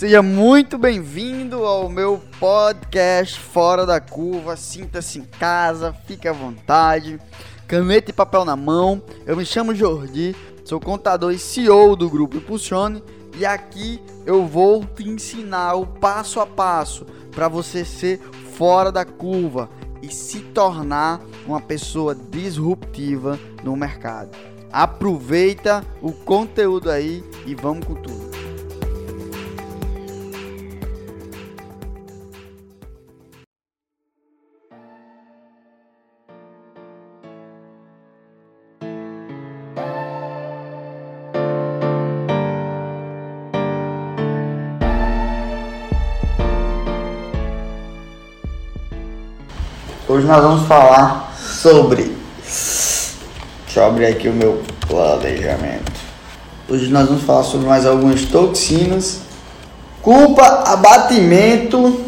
Seja muito bem-vindo ao meu podcast Fora da Curva. Sinta-se em casa, fique à vontade, caneta e papel na mão. Eu me chamo Jordi, sou contador e CEO do Grupo Impulsione e aqui eu vou te ensinar o passo a passo para você ser fora da curva e se tornar uma pessoa disruptiva no mercado. Aproveita o conteúdo aí e vamos com tudo. Hoje nós vamos falar sobre... Deixa eu abrir aqui o meu planejamento. Hoje nós vamos falar sobre mais algumas toxinas. Culpa, abatimento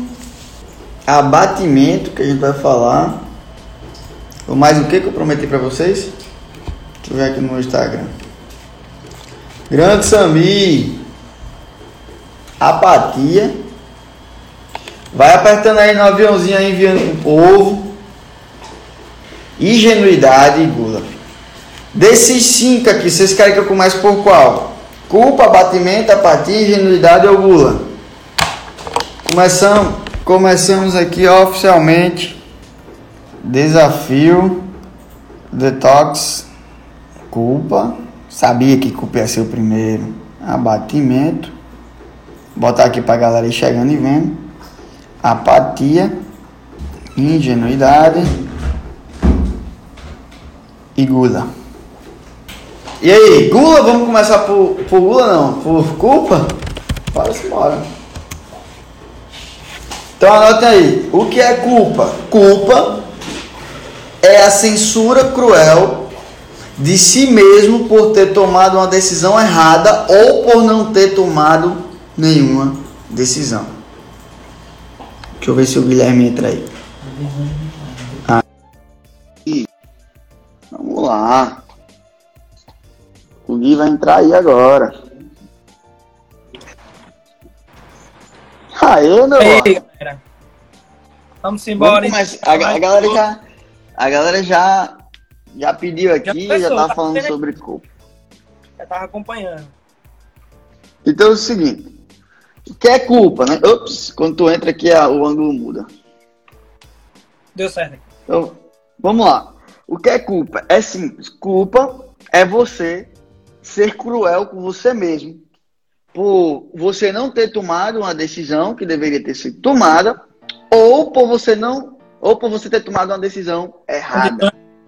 que a gente vai falar. Ou mais o que eu prometi para vocês? Deixa eu ver aqui no meu Instagram. Grande Samir. Apatia. Vai apertando aí no aviãozinho aí, enviando pro povo. Ingenuidade e gula. Desses 5 aqui, vocês querem que eu comece por qual? Culpa, abatimento, apatia, ingenuidade ou gula? Começamos aqui oficialmente. Desafio. Detox. Culpa. Sabia que culpa ia ser o primeiro. Abatimento. Vou botar aqui pra galera ir chegando e vendo. Apatia. Ingenuidade. E gula. E aí, gula? Vamos começar por gula não? Por culpa? Bora-se embora. Então anotem aí. O que é culpa? Culpa é a censura cruel de si mesmo por ter tomado uma decisão errada ou por não ter tomado nenhuma decisão. Deixa eu ver se o Guilherme entra aí. Vamos lá. O Gui vai entrar aí agora. Aê, meu irmão. Galera. Vamos embora. A galera já pediu aqui, já tá falando sobre culpa. Já tava acompanhando. Então é o seguinte. O que é culpa, né? Ops, quando tu entra aqui o ângulo muda. Deu certo. Então, vamos lá. O que é culpa? É simples. Culpa é você ser cruel com você mesmo por você não ter tomado uma decisão que deveria ter sido tomada ou por você ter tomado uma decisão errada.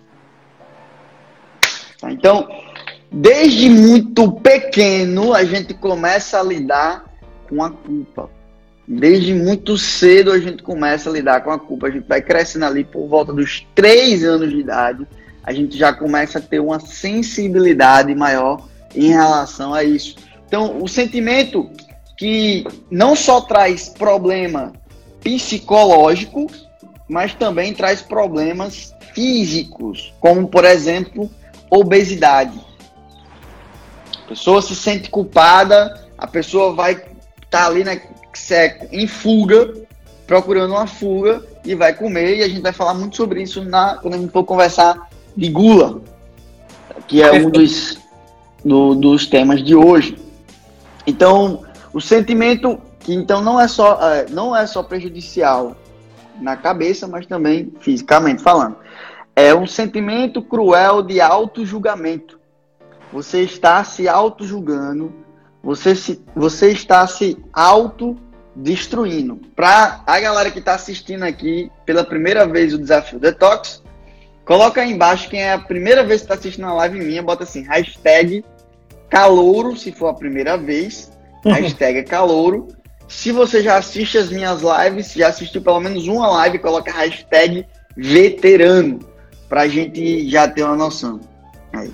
Então, desde muito pequeno a gente começa a lidar com a culpa. Desde muito cedo a gente começa a lidar com a culpa. A gente vai crescendo ali por volta dos 3 anos de idade. A gente já começa a ter uma sensibilidade maior em relação a isso. Então, o sentimento que não só traz problema psicológico, mas também traz problemas físicos, como, por exemplo, obesidade. A pessoa se sente culpada, a pessoa vai estar ali em fuga, procurando uma fuga e vai comer, e a gente vai falar muito sobre isso quando a gente for conversar de gula, que é um dos temas de hoje. Então, o sentimento que então não é só prejudicial na cabeça, mas também fisicamente falando. É um sentimento cruel de auto-julgamento. Você está se auto-julgando, você está se auto-destruindo. Para a galera que está assistindo aqui pela primeira vez o Desafio Detox, coloca aí embaixo quem é a primeira vez que está assistindo uma live minha, bota assim, hashtag calouro, se for a primeira vez, hashtag calouro. Se você já assiste as minhas lives, já assistiu pelo menos uma live, coloca hashtag veterano, pra gente já ter uma noção. Aí.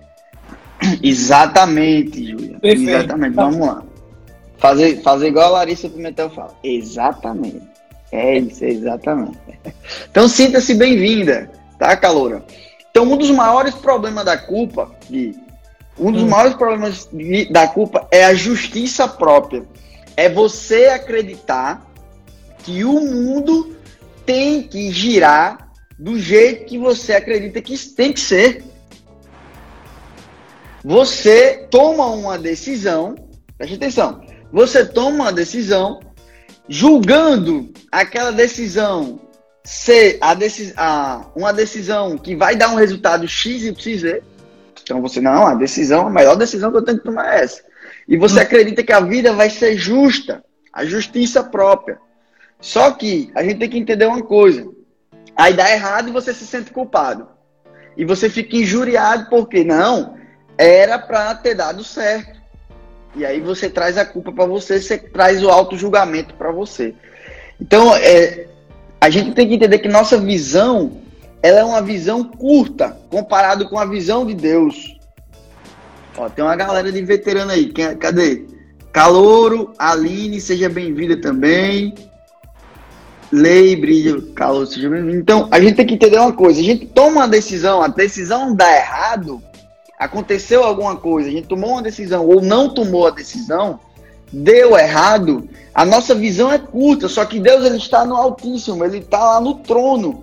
Exatamente, Júlia. Perfeito. Exatamente, vamos lá. Fazer igual a Larissa Pimentel fala. Exatamente. É isso, exatamente. Então sinta-se bem-vinda, tá, caloura? Então um dos maiores problemas da culpa, Gui, da culpa é a justiça própria. é você acreditar que o mundo tem que girar do jeito que você acredita que tem que ser. Você toma uma decisão, preste atenção, você toma uma decisão julgando aquela decisão ser uma decisão que vai dar um resultado X, Y, Z. Então você, não, a melhor decisão que eu tenho que tomar é essa. E você acredita que a vida vai ser justa, a justiça própria. Só que a gente tem que entender uma coisa. Aí dá errado e você se sente culpado. E você fica injuriado porque, não, era para ter dado certo. E aí você traz a culpa para você traz o auto-julgamento para você. Então, a gente tem que entender que nossa visão, ela é uma visão curta, comparado com a visão de Deus. Ó, tem uma galera de veterano aí. Cadê? Calouro, Aline, seja bem-vinda também. Lei, Brilho, Calouro, seja bem-vindo. Então, a gente tem que entender uma coisa. A gente toma uma decisão, a decisão dá errado, aconteceu alguma coisa, a gente tomou uma decisão ou não tomou a decisão, deu errado, a nossa visão é curta, só que Deus, ele está no Altíssimo, ele está lá no trono.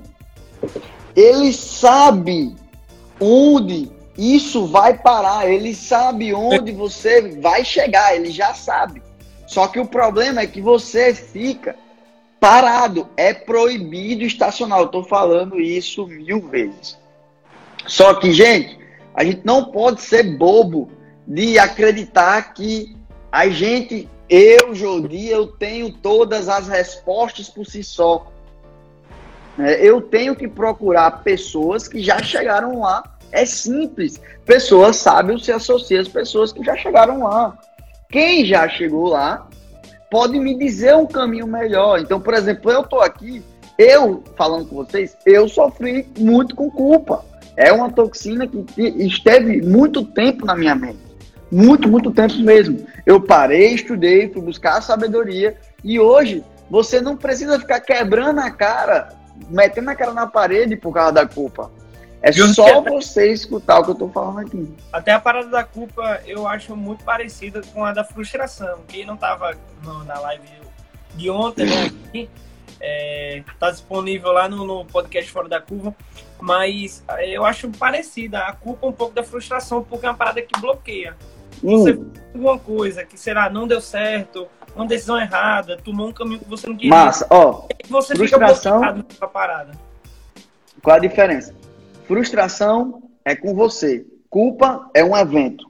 Ele sabe onde isso vai parar, ele sabe onde você vai chegar, ele já sabe. Só que o problema é que você fica parado, é proibido estacionar. Eu estou falando isso 1000 vezes. Só que, gente, a gente não pode ser bobo de acreditar que a gente, Jodi, eu tenho todas as respostas por si só. Eu tenho que procurar pessoas que já chegaram lá. É simples. Pessoas sábias se associam às pessoas que já chegaram lá. Quem já chegou lá pode me dizer um caminho melhor. Então, por exemplo, eu estou aqui, falando com vocês, eu sofri muito com culpa. É uma toxina que esteve muito tempo na minha mente. Muito, muito tempo mesmo. Eu parei, estudei, fui buscar a sabedoria. E hoje, você não precisa ficar quebrando a cara, metendo a cara na parede por causa da culpa. É só você escutar o que eu tô falando aqui. Até a parada da culpa eu acho muito parecida com a da frustração. Quem não tava na live de ontem, né, aqui, tá disponível lá no podcast Fora da Curva. Mas eu acho parecida a culpa um pouco da frustração, porque é uma parada que bloqueia. Você fez alguma coisa que, será, não deu certo, uma decisão errada, tomou um caminho que você não queria. Massa, ó. Você frustração, fica bloqueado nessa parada. Qual a diferença? Frustração é com você. Culpa é um evento.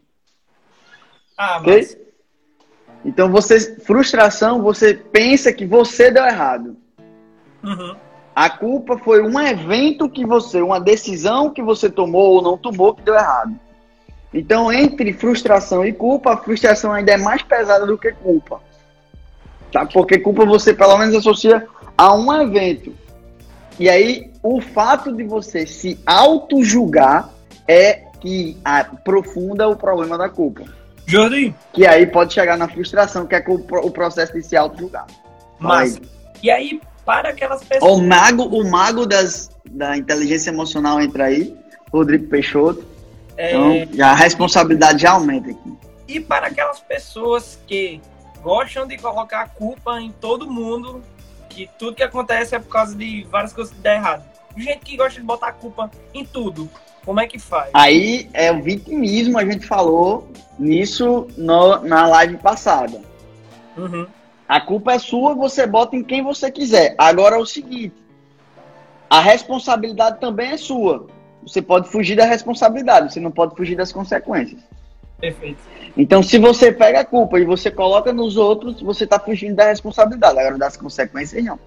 Okay? Mas... Então, frustração, você pensa que você deu errado. Uhum. A culpa foi um evento uma decisão que você tomou ou não tomou que deu errado. Então, entre frustração e culpa, a frustração ainda é mais pesada do que culpa. Tá? Porque culpa você pelo menos associa a um evento. E aí, o fato de você se auto-julgar é que aprofunda o problema da culpa. Jordi. Que aí pode chegar na frustração, que é o processo de se auto-julgar. Mas, e aí, para aquelas pessoas... O mago da inteligência emocional entra aí, Rodrigo Peixoto. Então, a responsabilidade já aumenta aqui. E para aquelas pessoas que gostam de colocar a culpa em todo mundo, que tudo que acontece é por causa de várias coisas que dão errado. Gente que gosta de botar a culpa em tudo, como é que faz? Aí é o vitimismo, a gente falou nisso na live passada. Uhum. A culpa é sua, você bota em quem você quiser. Agora é o seguinte, a responsabilidade também é sua. Você pode fugir da responsabilidade, você não pode fugir das consequências. Perfeito. Então, se você pega a culpa e você coloca nos outros, você está fugindo da responsabilidade. Agora, das consequências, não.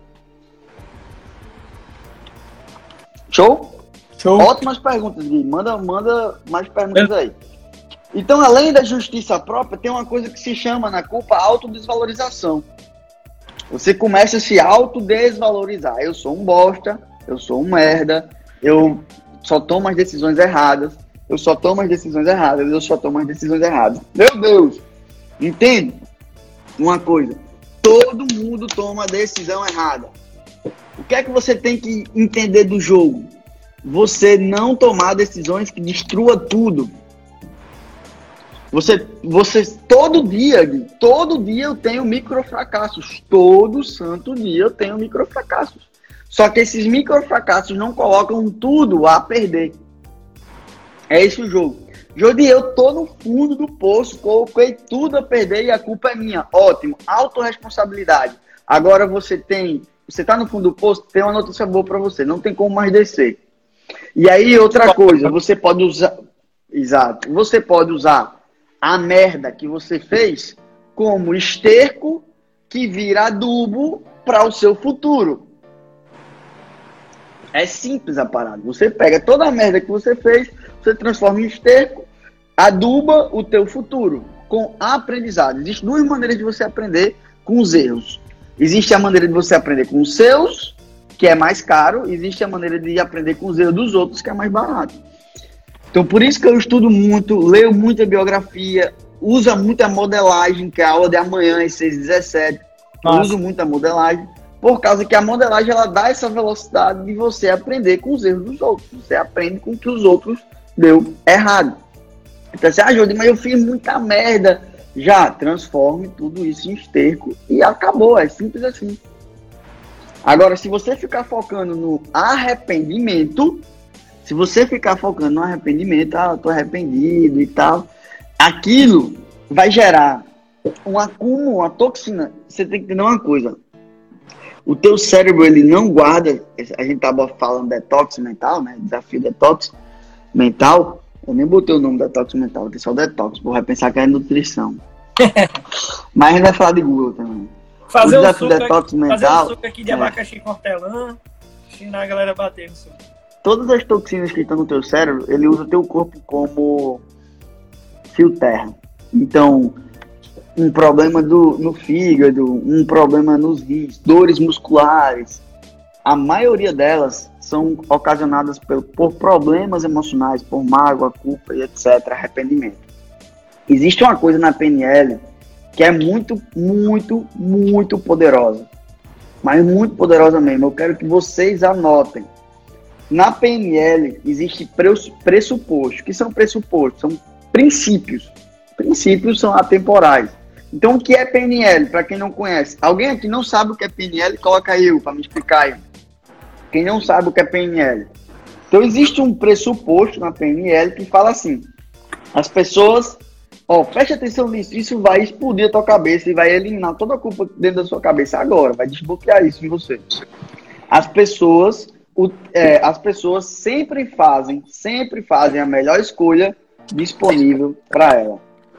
Show? Show. Ótimas perguntas, Gui. Manda mais perguntas aí. Então, além da justiça própria, tem uma coisa que se chama na culpa autodesvalorização. Você começa a se autodesvalorizar. Eu sou um bosta, eu sou um merda, eu só tomo as decisões erradas, eu só tomo as decisões erradas, eu só tomo as decisões erradas. Meu Deus! Entende? Uma coisa, todo mundo toma decisão errada. O que é que você tem que entender do jogo? Você não tomar decisões que destrua tudo. Você todo dia eu tenho microfracassos. Todo santo dia eu tenho microfracassos. Só que esses microfracassos não colocam tudo a perder. É esse o jogo. Jordi, eu tô no fundo do poço, coloquei tudo a perder e a culpa é minha. Ótimo, autorresponsabilidade. Agora você tá no fundo do poço, tem uma notícia boa para você, não tem como mais descer. E aí outra coisa, você pode usar, exato, você pode usar a merda que você fez como esterco que vira adubo para o seu futuro. É simples a parada. Você pega toda a merda que você fez, você transforma em esterco, aduba o teu futuro com aprendizado. Existem duas maneiras de você aprender com os erros. Existe a maneira de você aprender com os seus, que é mais caro. Existe a maneira de aprender com os erros dos outros, que é mais barato. Então, por isso que eu estudo muito, leio muita biografia, uso muita modelagem, que é a aula de amanhã, às 6h17. Uso muita modelagem, por causa que a modelagem ela dá essa velocidade de você aprender com os erros dos outros. Você aprende com o que os outros deu errado. Então, você ajuda, mas eu fiz muita merda. Já transforme tudo isso em esterco e acabou. É simples assim. Agora, se você ficar focando no arrependimento, eu tô arrependido e tal, aquilo vai gerar um acúmulo, uma toxina. Você tem que entender uma coisa. O teu cérebro, ele não guarda, a gente tava falando detox mental, né? Desafio detox mental. Eu nem botei o nome detox mental, botei só detox, vai pensar que é nutrição. Mas a gente vai falar de Google também. Fazer um suco aqui de abacaxi com hortelã, ensinar a galera a bater no suco. Todas as toxinas que estão no teu cérebro, ele usa o teu corpo como fio terra. Então, um problema no fígado, um problema nos rins, dores musculares, a maioria delas são ocasionadas por problemas emocionais, por mágoa, culpa e etc., arrependimento. Existe uma coisa na PNL que é muito, muito, muito poderosa. Mas muito poderosa mesmo. Eu quero que vocês anotem. Na PNL existe pressuposto. O que são pressupostos? São princípios. Princípios são atemporais. Então, o que é PNL? Para quem não conhece. Alguém aqui não sabe o que é PNL? Coloca aí para me explicar aí. Quem não sabe o que é PNL. Então, existe um pressuposto na PNL que fala assim. As pessoas... preste atenção nisso. Isso vai explodir a tua cabeça e vai eliminar toda a culpa dentro da sua cabeça agora. Vai desbloquear isso em você. As pessoas sempre fazem a melhor escolha disponível para ela.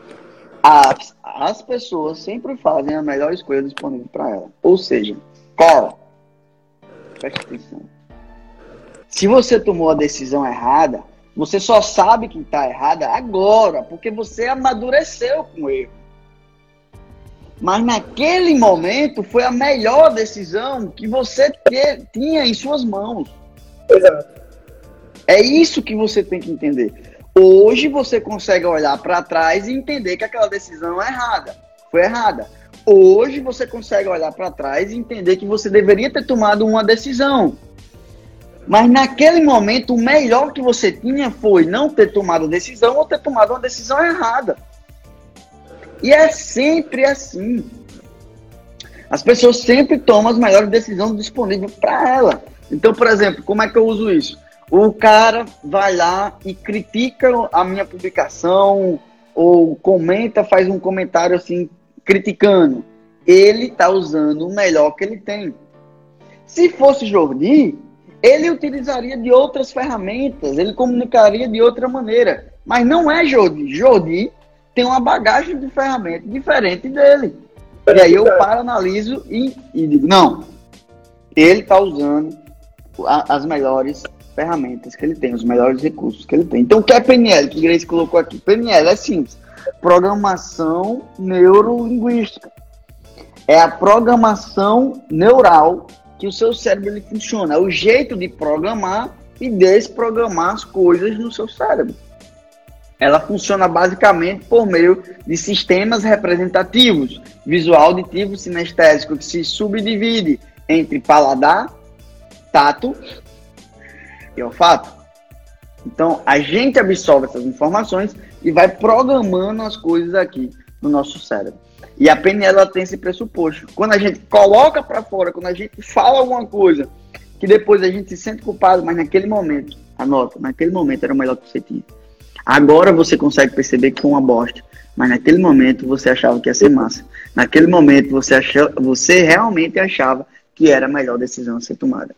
As pessoas sempre fazem a melhor escolha disponível para ela. Ou seja, preste atenção. Se você tomou a decisão errada, você só sabe que está errada agora, porque você amadureceu com o erro. Mas naquele momento foi a melhor decisão que você tinha em suas mãos. Exato. É isso que você tem que entender. Hoje você consegue olhar para trás e entender que aquela decisão é errada. Foi errada. Hoje você consegue olhar para trás e entender que você deveria ter tomado uma decisão. Mas naquele momento o melhor que você tinha foi não ter tomado a decisão ou ter tomado uma decisão errada. E é sempre assim. As pessoas sempre tomam as melhores decisões disponíveis para ela. Então, por exemplo, como é que eu uso isso? O cara vai lá e critica a minha publicação ou comenta, faz um comentário assim, criticando. Ele está usando o melhor que ele tem. Se fosse Jordi, ele utilizaria de outras ferramentas, ele comunicaria de outra maneira. Mas não é Jordi. Jordi tem uma bagagem de ferramenta diferente dele. E aí eu paro, analiso e digo, não, ele está usando as melhores ferramentas que ele tem, os melhores recursos que ele tem. Então, o que é PNL? Que Grace colocou aqui? PNL é simples. Programação neurolinguística. É a programação neural que o seu cérebro ele funciona. É o jeito de programar e desprogramar as coisas no seu cérebro. Ela funciona basicamente por meio de sistemas representativos, visual, auditivo, sinestésico, que se subdivide entre paladar, tato e olfato. Então, a gente absorve essas informações e vai programando as coisas aqui no nosso cérebro. E a PNL ela tem esse pressuposto. Quando a gente coloca para fora, quando a gente fala alguma coisa, que depois a gente se sente culpado, mas naquele momento, anota, naquele momento era o melhor que você tinha. Agora você consegue perceber que foi uma bosta, mas naquele momento você achava que ia ser massa. Naquele momento você realmente achava que era a melhor decisão a ser tomada.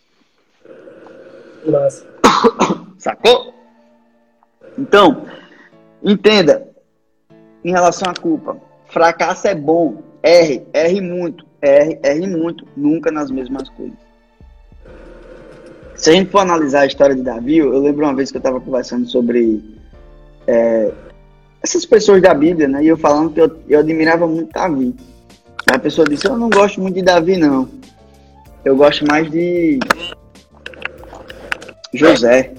Massa. Sacou? Então, entenda, em relação à culpa, fracasso é bom, erre muito, nunca nas mesmas coisas. Se a gente for analisar a história de Davi, eu lembro uma vez que eu estava conversando sobre essas pessoas da Bíblia, né? E eu falando que eu admirava muito Davi. Aí a pessoa disse, eu não gosto muito de Davi, não. Eu gosto mais de José.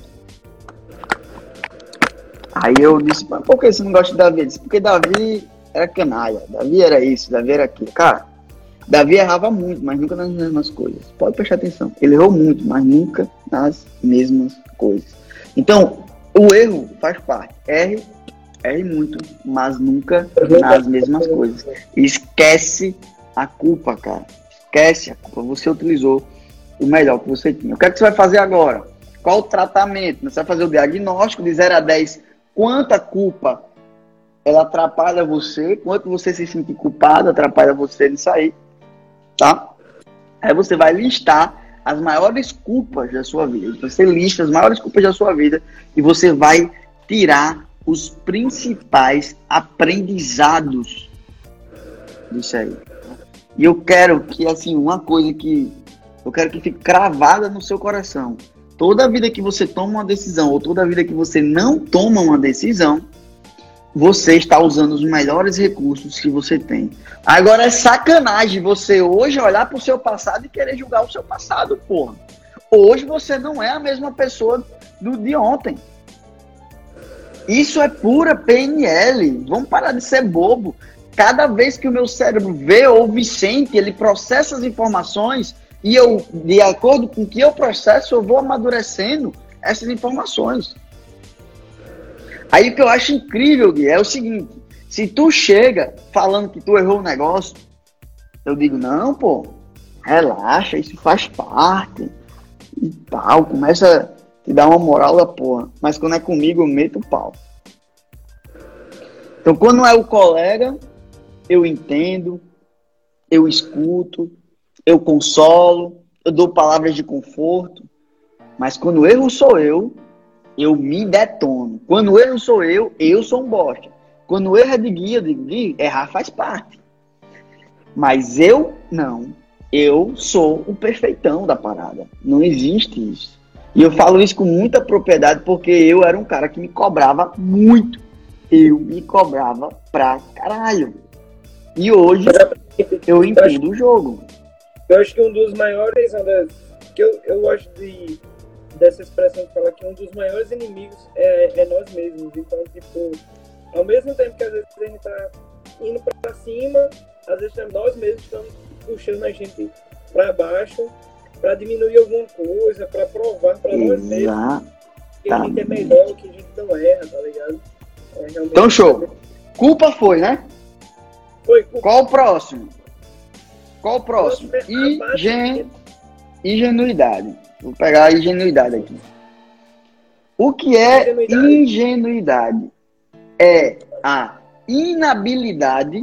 Aí eu disse, mas por que você não gosta de Davi? Ele disse, porque Davi era canalha, Davi era isso, Davi era aquilo. Cara, Davi errava muito, mas nunca nas mesmas coisas. Pode prestar atenção. Ele errou muito, mas nunca nas mesmas coisas. Então, o erro faz parte. Erre muito, mas nunca nas mesmas coisas. Esquece a culpa, cara. Esquece a culpa. Você utilizou o melhor que você tinha. O que é que você vai fazer agora? Qual o tratamento? Você vai fazer o diagnóstico de 0 a 10. Quanta culpa ela atrapalha você? Quanto você se sentir culpado atrapalha você nisso aí? Tá? Aí você vai listar as maiores culpas da sua vida. Você lista as maiores culpas da sua vida e você vai tirar os principais aprendizados disso aí. E eu quero que, assim, uma coisa que eu quero que fique cravada no seu coração. Toda vida que você toma uma decisão ou toda vida que você não toma uma decisão, você está usando os melhores recursos que você tem. Agora é sacanagem você hoje olhar para o seu passado e querer julgar o seu passado, porra. Hoje você não é a mesma pessoa de ontem. Isso é pura PNL. Vamos parar de ser bobo. Cada vez que o meu cérebro vê ou sente, ele processa as informações e eu, de acordo com o que eu processo, eu vou amadurecendo essas informações. Aí o que eu acho incrível, Gui, é o seguinte: se tu chega falando que tu errou um negócio, eu digo, não, pô, relaxa, isso faz parte e tal, começa a te dar uma moral da porra. Mas quando é comigo, eu meto o pau. Então, quando é o colega, eu entendo, eu escuto, eu consolo, eu dou palavras de conforto. Mas quando o erro sou eu me detono. Quando o erro sou eu sou um bosta. Quando o erro é de Gui, eu digo, Gui, errar faz parte. Mas eu não. Eu sou o perfeitão da parada. Não existe isso. E eu falo isso com muita propriedade porque eu era um cara que me cobrava muito. Eu me cobrava pra caralho. E hoje eu entendo o jogo. Eu acho que um dos maiores, André, que eu gosto dessa expressão que fala que um dos maiores inimigos é nós mesmos. Então, tipo, ao mesmo tempo que às vezes a gente tá indo pra cima, às vezes nós mesmos estamos puxando a gente pra baixo pra diminuir alguma coisa, pra provar pra nós mesmos que a gente é melhor, que a gente não erra, tá ligado? Então, show. Culpa foi, né? Foi culpa. Qual o próximo? Ingenuidade. Vou pegar a ingenuidade aqui. O que é ingenuidade? É a inabilidade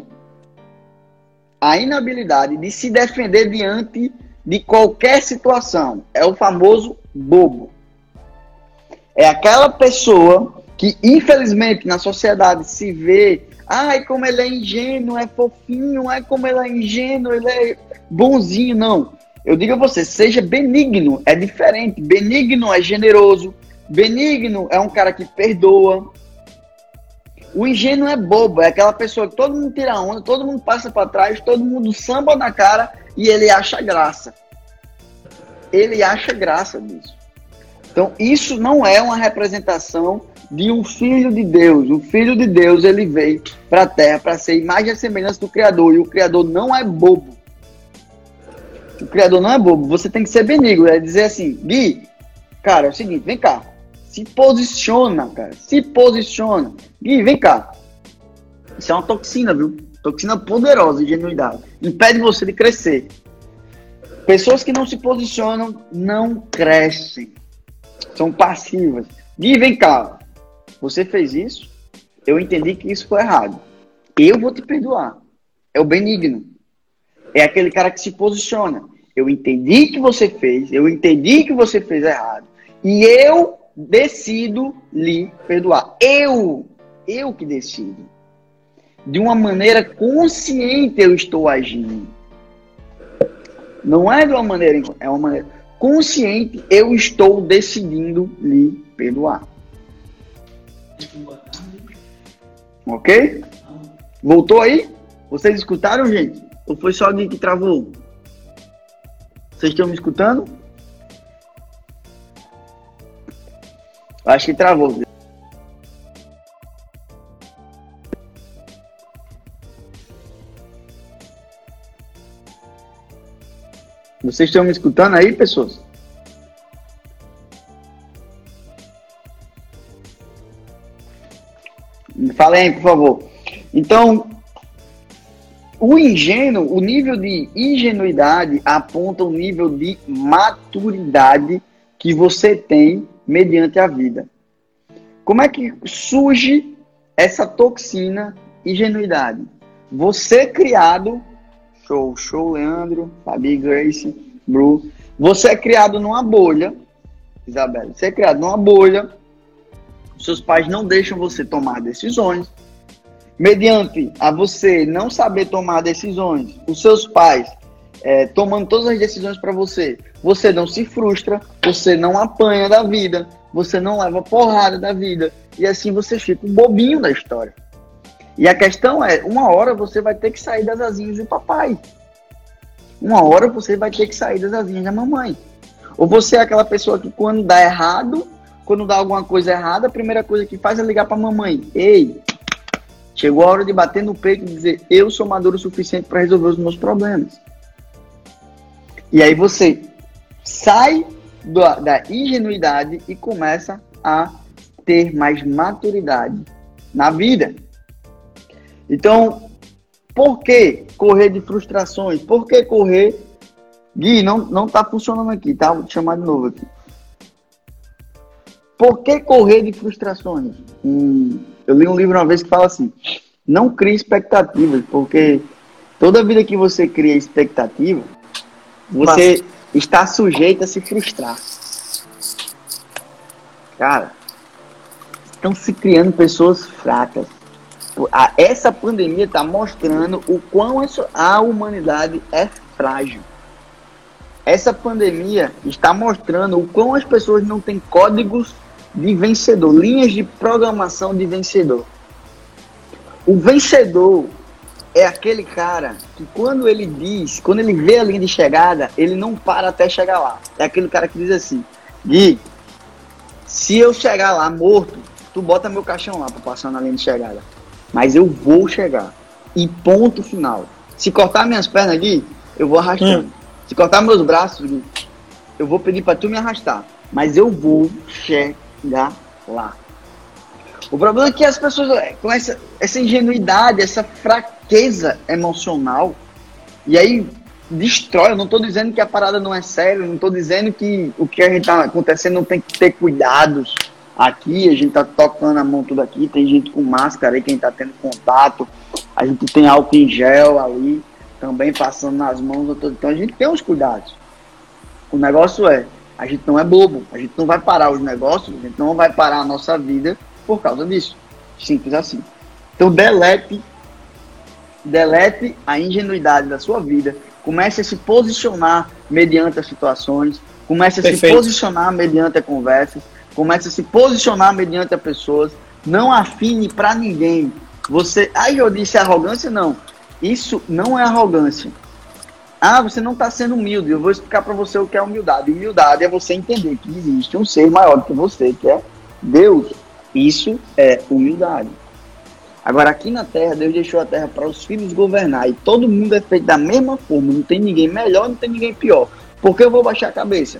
de se defender diante de qualquer situação. É o famoso bobo. É aquela pessoa que, infelizmente, na sociedade se vê, ai, como ele é ingênuo, é fofinho, ai, como ele é ingênuo, ele é bonzinho. Não. Eu digo a você, seja benigno, é diferente. Benigno é generoso. Benigno é um cara que perdoa. O ingênuo é bobo, é aquela pessoa que todo mundo tira onda, todo mundo passa para trás, todo mundo samba na cara e ele acha graça. Ele acha graça disso. Então, isso não é uma representação de um filho de Deus. O filho de Deus, ele veio para a terra para ser imagem e semelhança do Criador. E o Criador não é bobo. O Criador não é bobo. Você tem que ser benigno. É dizer assim, Gui, cara, é o seguinte, vem cá. Se posiciona, cara. Se posiciona. Gui, vem cá. Isso é uma toxina, viu? Toxina poderosa, ingenuidade. Impede você de crescer. Pessoas que não se posicionam não crescem. São passivas. Gui, vem cá. Você fez isso? Eu entendi que isso foi errado. Eu vou te perdoar. É o benigno. É aquele cara que se posiciona. Eu entendi que você fez. Eu entendi que você fez errado. E eu decido lhe perdoar. Eu que decido. De uma maneira consciente eu estou agindo. Não é de uma maneira... É uma maneira consciente eu estou decidindo lhe perdoar. Ok? Voltou aí? Vocês escutaram, gente? Ou foi só alguém que travou? Vocês estão me escutando? Acho que travou. Vocês estão me escutando aí, pessoas? Me falem aí, por favor. Então, o ingênuo, o nível de ingenuidade aponta o nível de maturidade que você tem mediante a vida. Como é que surge essa toxina ingenuidade? Você criado, show, Leandro, Fabi, Grace, Bru, você é criado numa bolha, Isabela, você é criado numa bolha, seus pais não deixam você tomar decisões, mediante a você não saber tomar decisões, os seus pais tomando todas as decisões para você, você não se frustra, você não apanha da vida, você não leva porrada da vida, e assim você fica um bobinho da história. E a questão é, uma hora você vai ter que sair das asinhas do papai. Uma hora você vai ter que sair das asinhas da mamãe. Ou você é aquela pessoa que quando dá errado, quando dá alguma coisa errada, a primeira coisa que faz é ligar para a mamãe. Ei, chegou a hora de bater no peito e dizer, eu sou maduro o suficiente para resolver os meus problemas. E aí você sai da ingenuidade e começa a ter mais maturidade na vida. Então, por que correr de frustrações? Por que correr... Gui, não tá funcionando aqui, tá? Vou te chamar de novo aqui. Por que correr de frustrações? Eu li um livro uma vez que fala assim, não crie expectativas, porque toda vida que você cria expectativa, você está sujeito a se frustrar. Cara, estão se criando pessoas fracas. Essa pandemia está mostrando o quão a humanidade é frágil. Essa pandemia está mostrando o quão as pessoas não têm códigos de vencedor, linhas de programação de vencedor. O vencedor é aquele cara que quando ele vê a linha de chegada, ele não para até chegar lá. É aquele cara que diz assim, Gui, se eu chegar lá morto, tu bota meu caixão lá para passar na linha de chegada. Mas eu vou chegar. E ponto final. Se cortar minhas pernas aqui, eu vou arrastando. Se cortar meus braços, Gui, eu vou pedir para tu me arrastar. Mas eu vou chegar lá. O problema é que as pessoas, com essa ingenuidade, essa fraqueza emocional, e aí destrói. Eu não estou dizendo que a parada não é séria, eu não estou dizendo que o que a gente está acontecendo não tem que ter cuidados. Aqui, a gente tá tocando a mão tudo aqui, tem gente com máscara aí, quem tá tendo contato, a gente tem álcool em gel ali, também passando nas mãos, então a gente tem os cuidados. O negócio é, a gente não é bobo, a gente não vai parar os negócios, a gente não vai parar a nossa vida por causa disso. Simples assim. Então delete a ingenuidade da sua vida, comece a se posicionar mediante as situações, comece a se posicionar mediante as conversas, comece a se posicionar mediante as pessoas, não afine para ninguém. Eu disse arrogância? Não. Isso não é arrogância. Você não está sendo humilde. Eu vou explicar para você o que é humildade. Humildade é você entender que existe um ser maior do que você, que é Deus. Isso é humildade. Agora, aqui na Terra, Deus deixou a Terra para os filhos governar. E todo mundo é feito da mesma forma. Não tem ninguém melhor, não tem ninguém pior. Por que eu vou baixar a cabeça?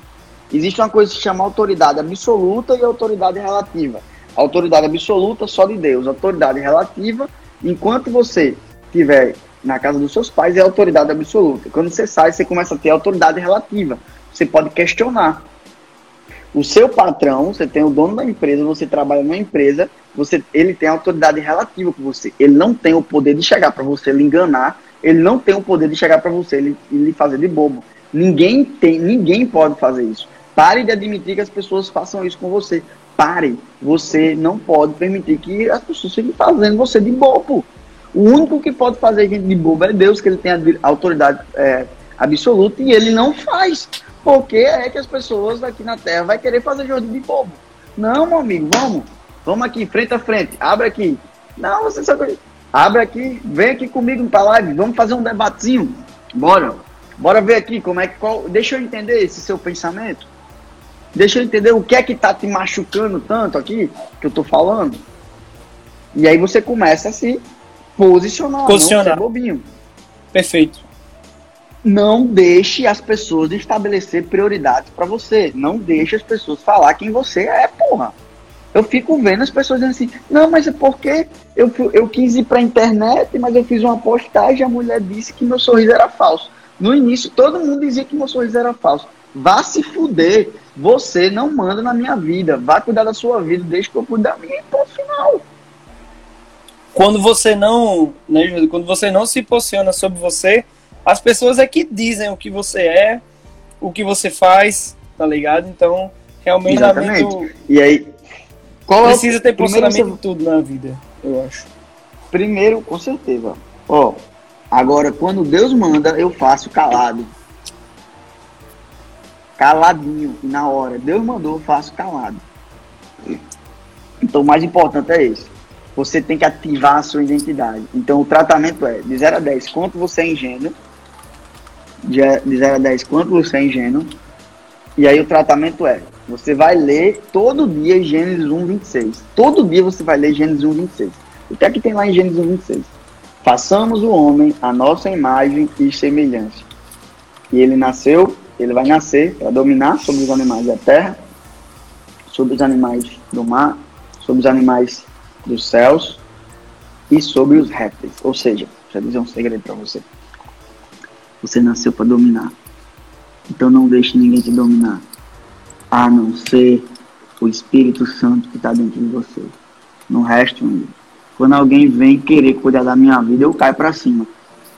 Existe uma coisa que se chama autoridade absoluta e autoridade relativa. A autoridade absoluta só de Deus. A autoridade relativa, enquanto você estiver na casa dos seus pais, é a autoridade absoluta. Quando você sai, você começa a ter autoridade relativa. Você pode questionar. O seu patrão, você tem o dono da empresa, você trabalha numa empresa, ele tem autoridade relativa com você. Ele não tem o poder de chegar para você lhe enganar, ele não tem o poder de chegar para você e lhe fazer de bobo. Ninguém pode fazer isso. Pare de admitir que as pessoas façam isso com você. Pare. Você não pode permitir que as pessoas fiquem fazendo você de bobo. O único que pode fazer gente de bobo é Deus, que ele tem a autoridade absoluta, e ele não faz. Porque é que as pessoas aqui na Terra vai querer fazer jogo de bobo. Não, meu amigo, vamos aqui, frente a frente, abre aqui. Não, você sabe, abre aqui, vem aqui comigo pra live, vamos fazer um debatezinho. Bora ver aqui deixa eu entender esse seu pensamento. Deixa eu entender o que é que tá te machucando tanto aqui, que eu tô falando. E aí você começa a se posicionar. Não ser bobinho. Perfeito. Não deixe as pessoas estabelecer prioridades para você. Não deixe as pessoas falar quem você é, porra. Eu fico vendo as pessoas dizendo assim, não, mas é porque eu quis ir pra internet, mas eu fiz uma postagem e a mulher disse que meu sorriso era falso. No início, todo mundo dizia que meu sorriso era falso. Vá se fuder. Você não manda na minha vida. Vá cuidar da sua vida. Deixa que eu cuido da minha e ponto final. Quando você não, né, quando você não se posiciona sobre você, as pessoas é que dizem o que você é, o que você faz, tá ligado? Então, realmente, e aí, precisa ter posicionamento em tudo na vida, eu acho. Primeiro, com certeza. Agora, quando Deus manda, eu faço calado. Caladinho, na hora. Deus mandou, eu faço calado. Então, o mais importante é esse. Você tem que ativar a sua identidade. Então, o tratamento é de 0 a 10, quanto você é ingênuo. De 0 a 10, quanto você é ingênuo. E aí o tratamento é, você vai ler todo dia Gênesis 1:26. Todo dia você vai ler Gênesis 1:26. O que é que tem lá em Gênesis 1:26? Façamos o homem a nossa imagem e semelhança. E ele vai nascer para dominar sobre os animais da terra, sobre os animais do mar, sobre os animais dos céus e sobre os répteis. Ou seja, deixa eu dizer um segredo para você. Você nasceu para dominar. Então não deixe ninguém te dominar. A não ser o Espírito Santo que está dentro de você. No resto, amigo, quando alguém vem querer cuidar da minha vida, eu caio para cima.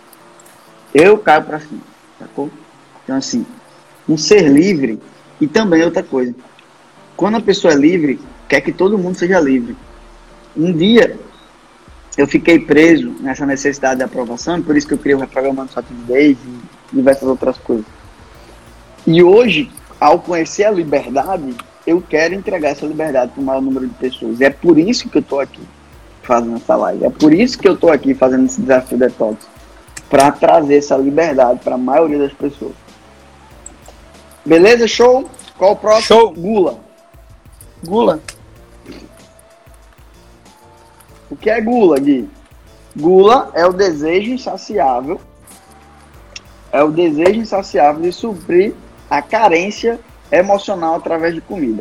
Sacou? Então assim, um ser livre. E também outra coisa. Quando a pessoa é livre, quer que todo mundo seja livre. Um dia, eu fiquei preso nessa necessidade de aprovação, por isso que eu criei o Reprogramando Sua Timidez e diversas outras coisas. E hoje, ao conhecer a liberdade, eu quero entregar essa liberdade para o maior número de pessoas. E é por isso que eu estou aqui fazendo essa live. É por isso que eu estou aqui fazendo esse desafio detox. Para trazer essa liberdade para a maioria das pessoas. Beleza? Show? Qual o próximo? Show. Gula. O que é gula, Gui? Gula é o desejo insaciável. De suprir a carência emocional através de comida.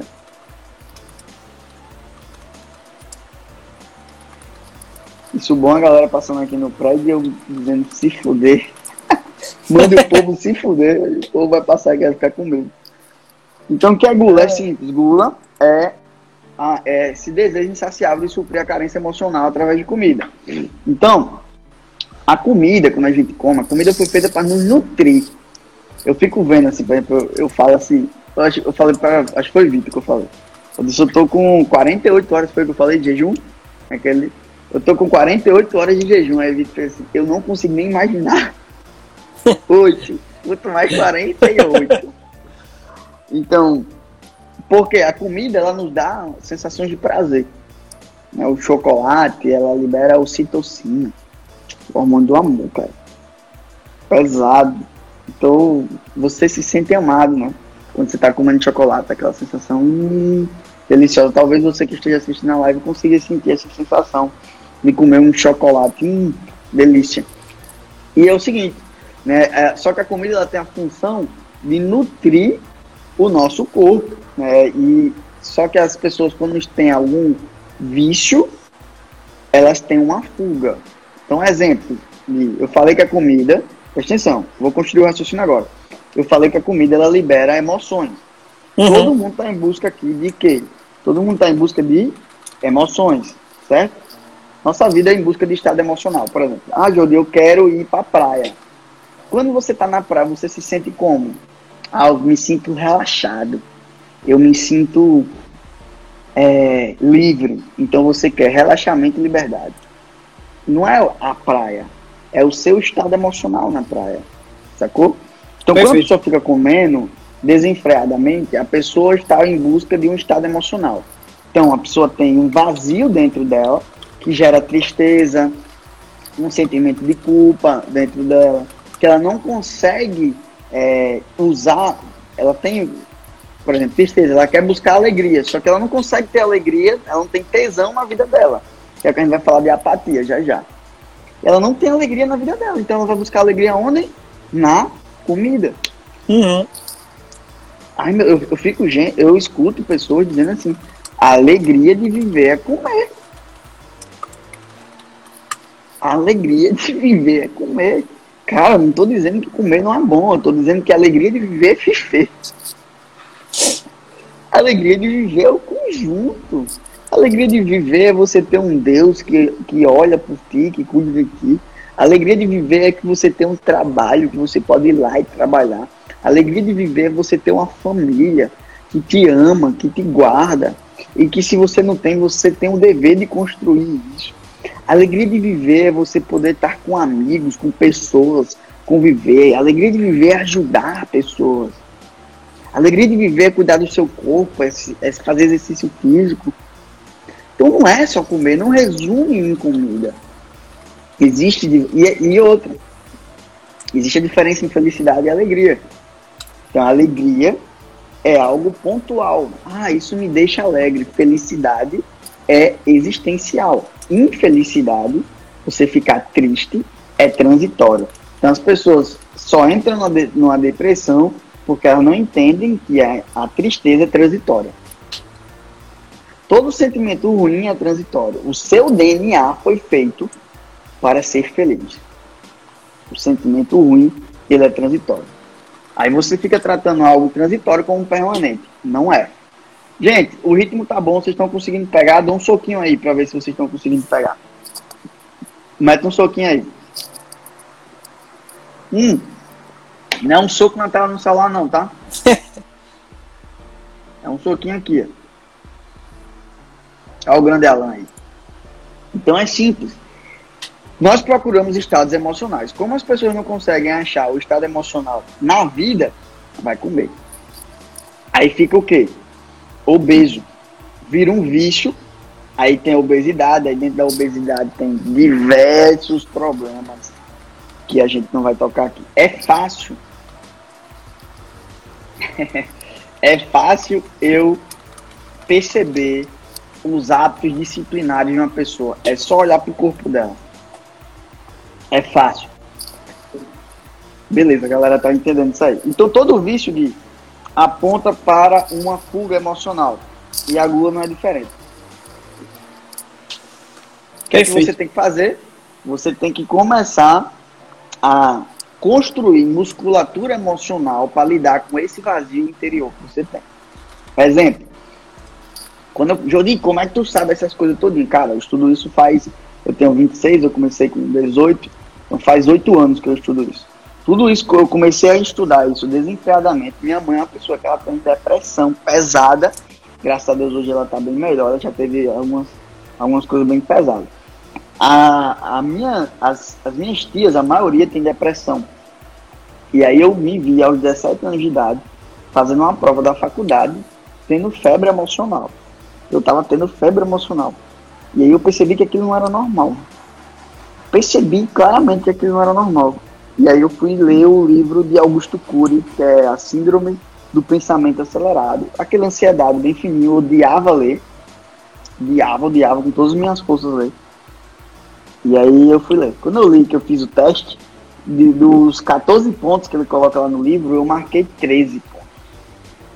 Isso bom, a galera passando aqui no prédio e eu dizendo se fuder. Mande o povo se fuder, o povo vai passar aqui e vai ficar com medo. Então o que é gula? É simples. Gula é esse desejo insaciável de suprir a carência emocional através de comida. Então, a comida, quando a gente come, a comida foi feita para nos nutrir. Eu fico vendo assim, por exemplo, eu falo assim, acho que foi Vitor que eu falei. Eu disse, eu tô com 48 horas, foi que eu falei, de jejum. Eu tô com 48 horas de jejum. Aí Vitor fez assim, eu não consigo nem imaginar. 8, quanto mais 48. Então, porque a comida, ela nos dá sensações de prazer. Né? O chocolate, ela libera a ocitocina, o hormônio do amor, cara. Pesado. Então, você se sente amado, né? Quando você tá comendo chocolate, aquela sensação deliciosa. Talvez você que esteja assistindo a live consiga sentir essa sensação de comer um chocolate. Delícia. E é o seguinte, né? Só que a comida ela tem a função de nutrir o nosso corpo, né? E só que as pessoas, quando têm algum vício, elas têm uma fuga. Então, exemplo, eu falei que a comida, presta atenção, vou construir o raciocínio agora. Eu falei que a comida, ela libera emoções. Todo mundo está em busca aqui de quê? Todo mundo está em busca de emoções, certo? Nossa vida é em busca de estado emocional, por exemplo. Jordi, eu quero ir para a praia. Quando você está na praia, você se sente como? Eu me sinto relaxado. Eu me sinto livre. Então você quer relaxamento e liberdade. Não é a praia, é o seu estado emocional na praia, sacou? Então, quando a pessoa fica comendo desenfreadamente, a pessoa está em busca de um estado emocional. Então, a pessoa tem um vazio dentro dela, que gera tristeza, um sentimento de culpa dentro dela, que ela não consegue usar. Ela tem, por exemplo, tristeza, ela quer buscar alegria, só que ela não consegue ter alegria, ela não tem tesão na vida dela, que é o que a gente vai falar de apatia já já. Ela não tem alegria na vida dela, então ela vai buscar alegria onde? Na comida. Eu escuto pessoas dizendo assim, a alegria de viver é comer. A alegria de viver é comer. Cara, eu não tô dizendo que comer não é bom, eu tô dizendo que a alegria de viver é viver. A alegria de viver é o conjunto. A alegria de viver é você ter um Deus que olha por ti, que cuida de ti. A alegria de viver é que você tem um trabalho, que você pode ir lá e trabalhar. A alegria de viver é você ter uma família que te ama, que te guarda. E que se você não tem, você tem o dever de construir isso. A alegria de viver é você poder estar com amigos, com pessoas, conviver. A alegria de viver é ajudar pessoas. A alegria de viver é cuidar do seu corpo, é fazer exercício físico. Então não é só comer, não resume em comida. E outra. Existe a diferença em felicidade e alegria. Então a alegria é algo pontual. Isso me deixa alegre. Felicidade é existencial. Infelicidade, você ficar triste, é transitório. Então as pessoas só entram numa depressão porque elas não entendem que a tristeza é transitória. Todo sentimento ruim é transitório. O seu DNA foi feito para ser feliz. O sentimento ruim, ele é transitório. Aí você fica tratando algo transitório como permanente. Não é. Gente, o ritmo tá bom, vocês estão conseguindo pegar? Dá um soquinho aí para ver se vocês estão conseguindo pegar. Mete um soquinho aí. Não é um soco na tela no celular não, tá? É um soquinho aqui, ó. Olha o grande Alan aí. Então é simples. Nós procuramos estados emocionais. Como as pessoas não conseguem achar o estado emocional na vida, vai comer. Aí fica o quê? Obeso. Vira um vício. Aí tem a obesidade. Aí dentro da obesidade tem diversos problemas que a gente não vai tocar aqui. É fácil. É fácil eu perceber os hábitos disciplinares de uma pessoa. É só olhar para o corpo dela. É fácil. Beleza, a galera tá entendendo isso aí. Então todo vício aponta para uma fuga emocional. E a gula não é diferente. O que você tem que fazer? Você tem que começar a construir musculatura emocional para lidar com esse vazio interior que você tem. Exemplo. Jordi, como é que tu sabe essas coisas todinhas? Cara, eu estudo isso eu tenho 26, eu comecei com 18, então faz 8 anos que eu estudo isso. Tudo isso que eu comecei a estudar isso desenfreadamente. Minha mãe é uma pessoa que ela tem depressão pesada. Graças a Deus hoje ela está bem melhor, ela já teve algumas coisas bem pesadas. As minhas tias, a maioria tem depressão. E aí eu me vi aos 17 anos de idade, fazendo uma prova da faculdade, tendo febre emocional. Eu estava tendo febre emocional. E aí eu percebi que aquilo não era normal. Percebi claramente que aquilo não era normal. E aí eu fui ler o livro de Augusto Cury, que é a Síndrome do Pensamento Acelerado. Aquela ansiedade bem fininha, eu odiava ler. Odiava com todas as minhas forças ler. E aí eu fui ler. Quando eu li, que eu fiz o teste, dos 14 pontos que ele coloca lá no livro, eu marquei 13 pontos.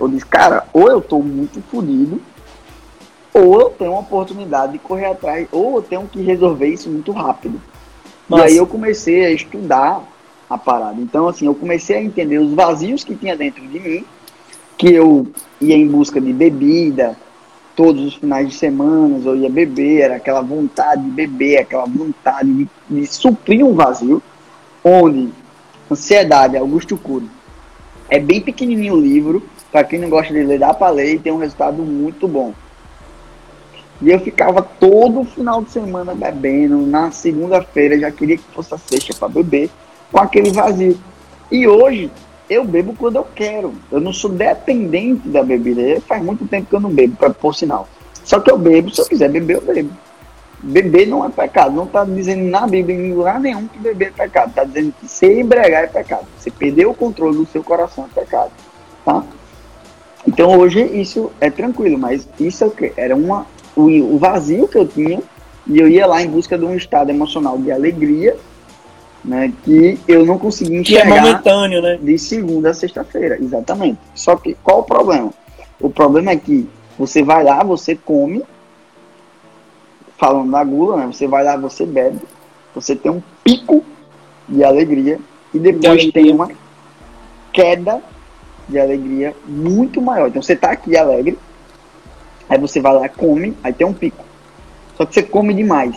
eu disse, cara, ou eu tô muito fodido, ou eu tenho uma oportunidade de correr atrás, ou eu tenho que resolver isso muito rápido. Nossa. E aí eu comecei a estudar a parada. Então, assim, eu comecei a entender os vazios que tinha dentro de mim, que eu ia em busca de bebida, todos os finais de semana eu ia beber, era aquela vontade de beber, aquela vontade de suprir um vazio, onde Ansiedade, Augusto Cury. É bem pequenininho o livro, para quem não gosta de ler, dá para ler e tem um resultado muito bom. E eu ficava todo final de semana bebendo, na segunda-feira já queria que fosse a sexta para beber, com aquele vazio. E hoje eu bebo quando eu quero, eu não sou dependente da bebida, faz muito tempo que eu não bebo, por sinal. Só que eu bebo, se eu quiser beber, eu bebo. Beber não é pecado, não está dizendo na Bíblia em lugar nenhum que beber é pecado, está dizendo que se embriagar é pecado, você perder o controle do seu coração é pecado, tá? Então hoje isso é tranquilo, mas isso é o que? Era o vazio que eu tinha, e eu ia lá em busca de um estado emocional de alegria, né, que eu não conseguia enxergar. Que é momentâneo, né? De segunda a sexta-feira, exatamente. Só que qual o problema? O problema é que você vai lá, você come, falando da gula, né? Você vai lá, você bebe, você tem um pico de alegria e depois tem uma queda de alegria muito maior. Então você tá aqui alegre, aí você vai lá, come, aí tem um pico. Só que você come demais.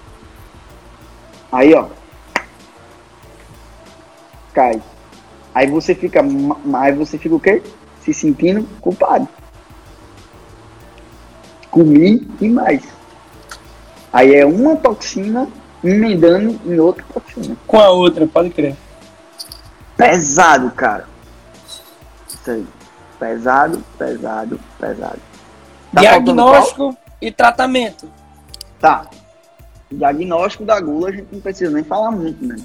Aí, ó, cai. Aí você fica o quê? Se sentindo culpado. Comi demais. Aí é uma toxina emendando em outra toxina. Com a outra, pode crer. Pesado, cara. Isso aí. Pesado, pesado, pesado. Tá diagnóstico e tratamento. Tá. Diagnóstico da gula a gente não precisa nem falar muito, né?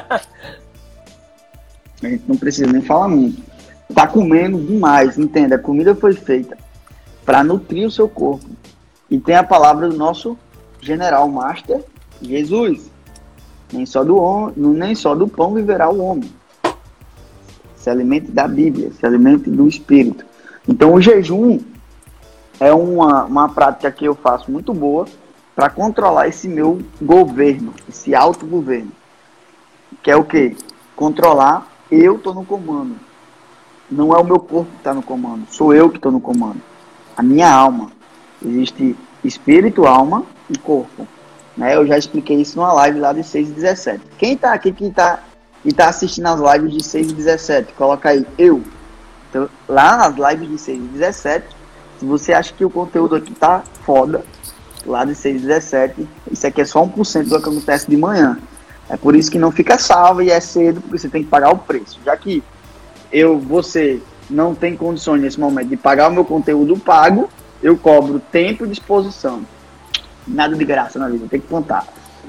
A gente não precisa nem falar muito. Tá comendo demais, entenda. A comida foi feita para nutrir o seu corpo. E tem a palavra do nosso General Master Jesus. Nem só do pão viverá o homem. Se alimente da Bíblia, se alimente do Espírito. Então o jejum é uma prática que eu faço muito boa para controlar esse meu governo, esse autogoverno. Que é o quê? Controlar, eu estou no comando. Não é o meu corpo que está no comando, sou eu que estou no comando. A minha alma. Existe espírito, alma e corpo. Né? Eu já expliquei isso numa live lá de 6 e 17. Quem está aqui e tá assistindo as lives de 6 e 17, coloca aí, eu. Então, lá nas lives de 6 e 17, se você acha que o conteúdo aqui tá foda, lá de 6 e 17, isso aqui é só 1% do que acontece de manhã. É por isso que não fica salvo e é cedo, porque você tem que pagar o preço. Já que você não tem condições nesse momento de pagar o meu conteúdo pago, eu cobro tempo e disposição. Nada de graça na vida, tem que contar.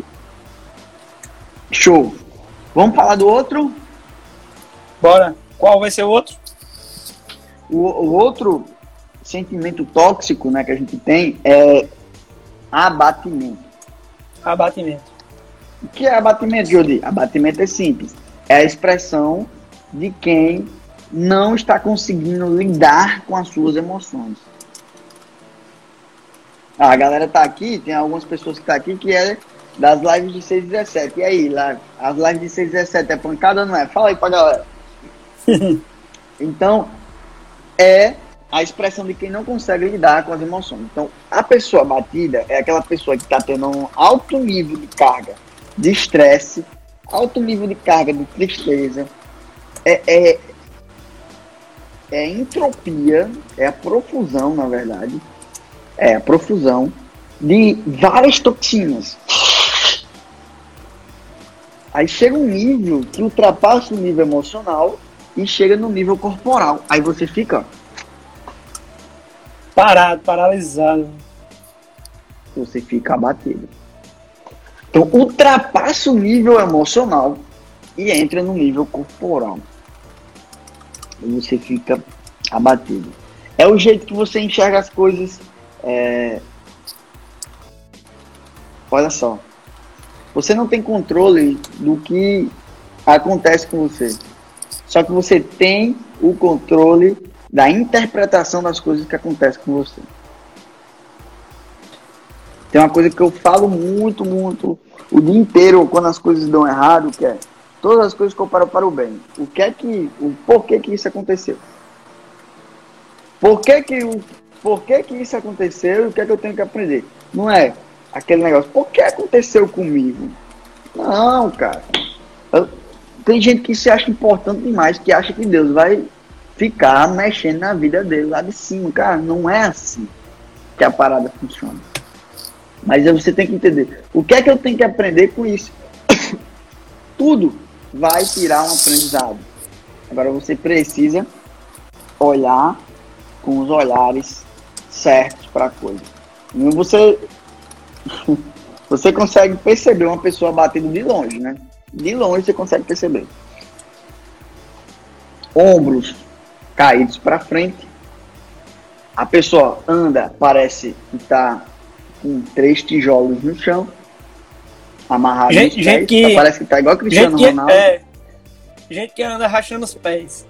Show. Vamos falar do outro? Bora. Qual vai ser o outro? O outro sentimento tóxico, né, que a gente tem é abatimento. Abatimento. O que é abatimento, Jodi? Abatimento é simples. É a expressão de quem não está conseguindo lidar com as suas emoções. A galera tá aqui, tem algumas pessoas que tá aqui que é das lives de 6 e 17. E aí, lá, as lives de 6 e 17 é pancada ou não é? Fala aí pra galera. Então, é a expressão de quem não consegue lidar com as emoções. Então, a pessoa abatida é aquela pessoa que está tendo um alto nível de carga de estresse, alto nível de carga de tristeza, é entropia, é a profusão, na verdade, é a profusão de várias toxinas. Aí chega um nível que ultrapassa o nível emocional e chega no nível corporal. Aí você fica parado, paralisado. Você fica abatido. Então ultrapassa o nível emocional e entra no nível corporal. E você fica abatido. É o jeito que você enxerga as coisas. Olha só. Você não tem controle do que acontece com você. Só que você tem o controle da interpretação das coisas que acontecem com você. Tem uma coisa que eu falo muito o dia inteiro quando as coisas dão errado, que é todas as coisas cooperam para o bem. O porquê que isso aconteceu? Por que isso aconteceu e o que é que eu tenho que aprender? Não é aquele negócio, por que aconteceu comigo? Não, cara. Tem gente que se acha importante demais, que acha que Deus vai ficar mexendo na vida dele lá de cima. Cara, não é assim que a parada funciona. Mas você tem que entender, o que é que eu tenho que aprender com isso? Tudo vai tirar um aprendizado. Agora você precisa olhar com os olhares certos para a coisa. Você consegue perceber uma pessoa batendo de longe, né? De longe você consegue perceber. Ombros caídos para frente. A pessoa anda, parece que está com 3 tijolos no chão, amarrado nos pés. Parece que está igual Cristiano Ronaldo. Gente que anda rachando os pés.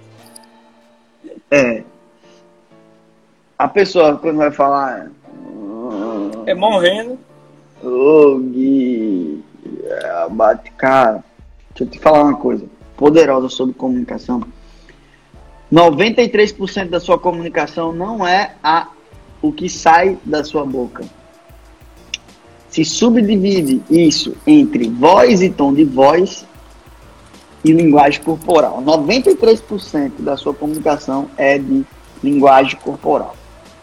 A pessoa, quando vai falar... É morrendo. Ô, Gui... bate, cara... Deixa eu te falar uma coisa poderosa sobre comunicação. 93% da sua comunicação não é o que sai da sua boca. Se subdivide isso entre voz e tom de voz e linguagem corporal. 93% da sua comunicação é de linguagem corporal.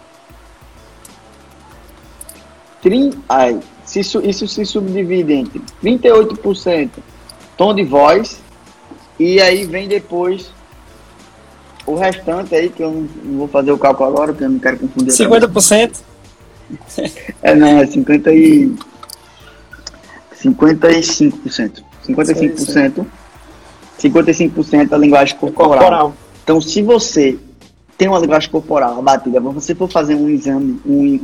Isso se subdivide entre 38% tom de voz e aí vem depois o restante aí, que eu não vou fazer o cálculo agora, porque eu não quero confundir. 50%? Não, é 55%. 55% a linguagem corporal. Então, se você tem uma linguagem corporal abatida, se você for fazer um exame,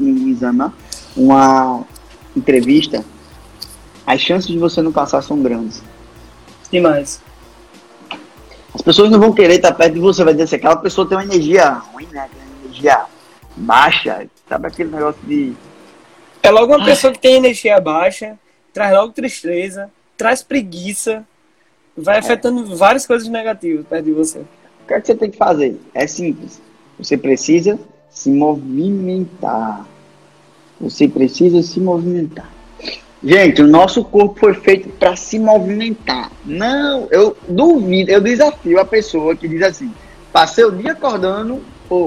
uma entrevista, as chances de você não passar são grandes. Demais. As pessoas não vão querer estar perto de você, vai dizer assim, aquela pessoa tem uma energia ruim, né? Uma energia baixa, sabe aquele negócio de... É logo uma pessoa que tem energia baixa, traz logo tristeza, traz preguiça, vai afetando várias coisas negativas perto de você. O que é que você tem que fazer? É simples. Você precisa se movimentar. Você precisa se movimentar. Gente, o nosso corpo foi feito para se movimentar. Não, eu duvido, eu desafio a pessoa que diz assim, passei o dia acordando.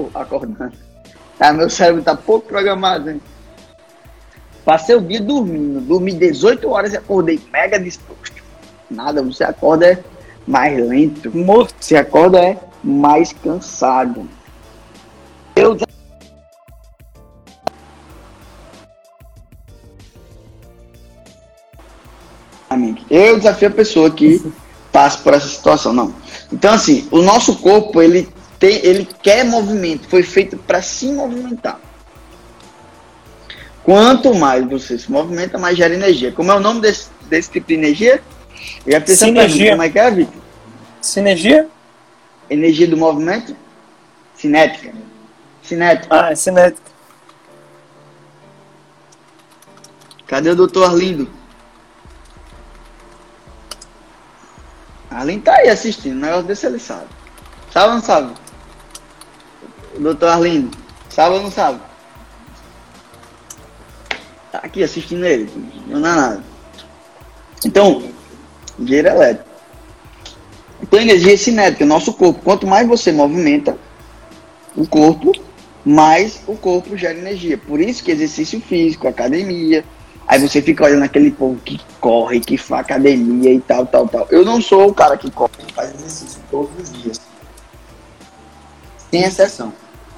Meu cérebro tá pouco programado, hein? Passei o dia dormindo, dormi 18 horas e acordei mega disposto. Nada, você acorda mais lento, morto. Você acorda mais cansado. Eu desafio a pessoa que passa por essa situação, não. Então, assim, o nosso corpo, ele quer movimento, foi feito para se movimentar. Quanto mais você se movimenta, mais gera energia. Como é o nome desse tipo de energia? Sinergia. Como é que é, Vitor? Sinergia? Energia do movimento? Cinética. É cinética. Cadê o doutor Arlindo? Arlindo tá aí assistindo, o negócio desse ele sabe. Sabe ou não sabe? O doutor Arlindo, sabe ou não sabe? Tá aqui assistindo ele, não dá nada. Então, dinheiro elétrico. Então, energia cinética, nosso corpo. Quanto mais você movimenta o corpo, mais o corpo gera energia. Por isso que exercício físico, academia. Aí você fica olhando aquele povo que corre, que faz academia e tal. Eu não sou o cara que corre, que faz exercício todos os dias. Tem exceção.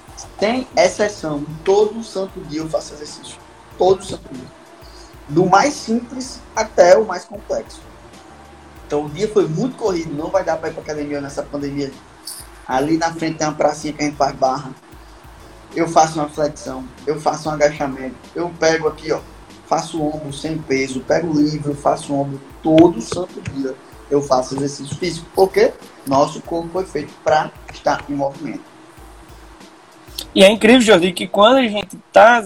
Todo santo dia eu faço exercício. Todo santo dia. Do mais simples até o mais complexo. Então o dia foi muito corrido, não vai dar para ir para academia nessa pandemia. Ali na frente tem uma pracinha que a gente faz barra. Eu faço uma flexão, eu faço um agachamento. Eu pego aqui, ó. Faço ombro sem peso, pego o livro, faço ombro todo santo dia. Eu faço exercício físico, porque nosso corpo foi feito para estar em movimento. E é incrível, Jordi, que quando a gente está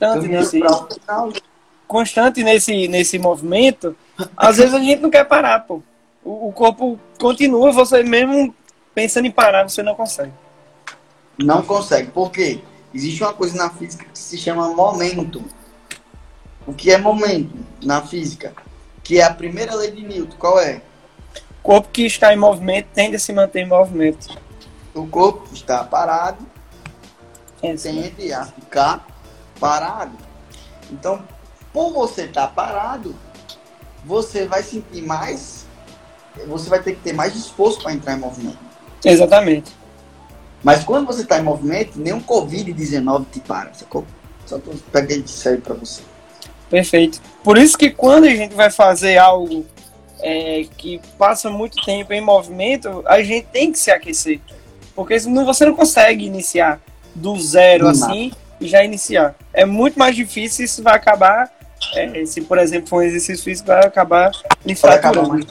constante nesse movimento, às vezes a gente não quer parar, pô. O corpo continua, você mesmo pensando em parar, você não consegue. Não consegue. Por quê? Existe uma coisa na física que se chama momento. O que é momento na física? Que é a primeira lei de Newton. Qual é? O corpo que está em movimento tende a se manter em movimento. O corpo está parado, tende a ficar parado. Então, por você estar parado, você vai sentir mais, você vai ter que ter mais esforço para entrar em movimento. Exatamente. Mas quando você está em movimento, nenhum Covid-19 te para, sacou? Só tô pegando isso aí para você. Perfeito. Por isso que quando a gente vai fazer algo que passa muito tempo em movimento, a gente tem que se aquecer. Porque senão você não consegue iniciar do zero assim e já iniciar. É muito mais difícil, isso vai acabar, se por exemplo for um exercício físico, vai acabar me fraturando.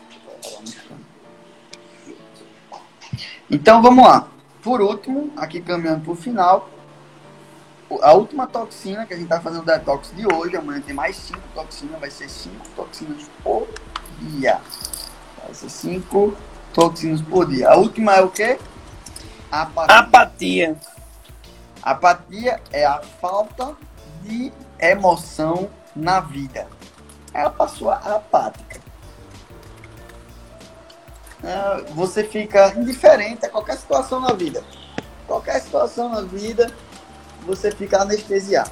Então vamos lá. Por último, aqui caminhando para o final, a última toxina que a gente está fazendo o detox de hoje, amanhã tem mais 5 toxinas, vai ser 5 toxinas por dia. Vai ser 5 toxinas por dia. A última é o quê? Apatia. Apatia é a falta de emoção na vida. É a pessoa apática. Você fica indiferente a qualquer situação na vida. Qualquer situação na vida, você fica anestesiado.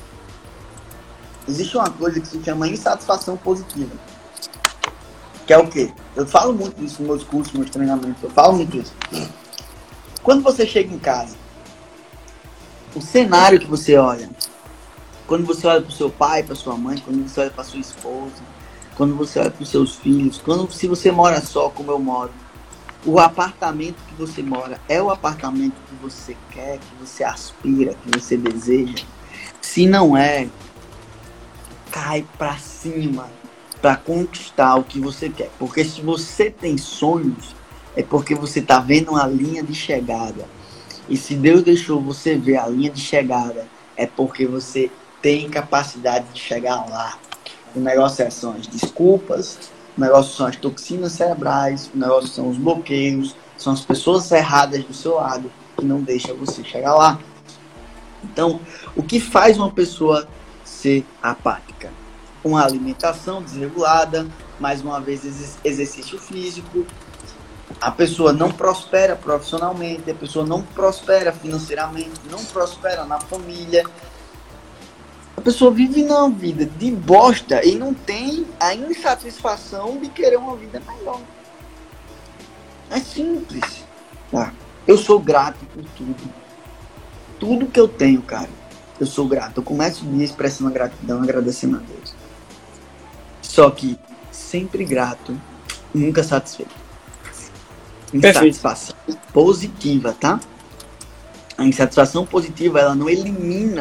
Existe uma coisa que se chama insatisfação positiva. Que é o quê? Eu falo muito disso nos meus cursos, nos meus treinamentos. Eu falo muito disso. Quando você chega em casa, o cenário que você olha, quando você olha para o seu pai, para sua mãe, quando você olha para sua esposa, quando você olha para os seus filhos, se você mora só, como eu moro, o apartamento que você mora é o apartamento que você quer, que você aspira, que você deseja? Se não é, cai para cima para conquistar o que você quer. Porque se você tem sonhos, é porque você está vendo uma linha de chegada. E se Deus deixou você ver a linha de chegada, é porque você tem capacidade de chegar lá. O negócio são as desculpas, o negócio são as toxinas cerebrais, o negócio são os bloqueios, são as pessoas erradas do seu lado que não deixam você chegar lá. Então, o que faz uma pessoa ser apática? Uma alimentação desregulada, mais uma vez exercício físico. A pessoa não prospera profissionalmente, a pessoa não prospera financeiramente, não prospera na família. A pessoa vive numa vida de bosta e não tem a insatisfação de querer uma vida melhor. É simples. Eu sou grato por tudo. Tudo que eu tenho, cara, eu sou grato. Eu começo o dia expressando gratidão, agradecendo a Deus. Só que sempre grato, nunca satisfeito. Insatisfação positiva, tá? A insatisfação positiva, ela não elimina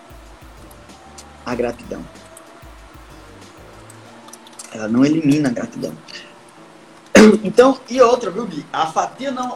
a gratidão. Ela não elimina a gratidão. Então, e outra, viu, Gui? A apatia não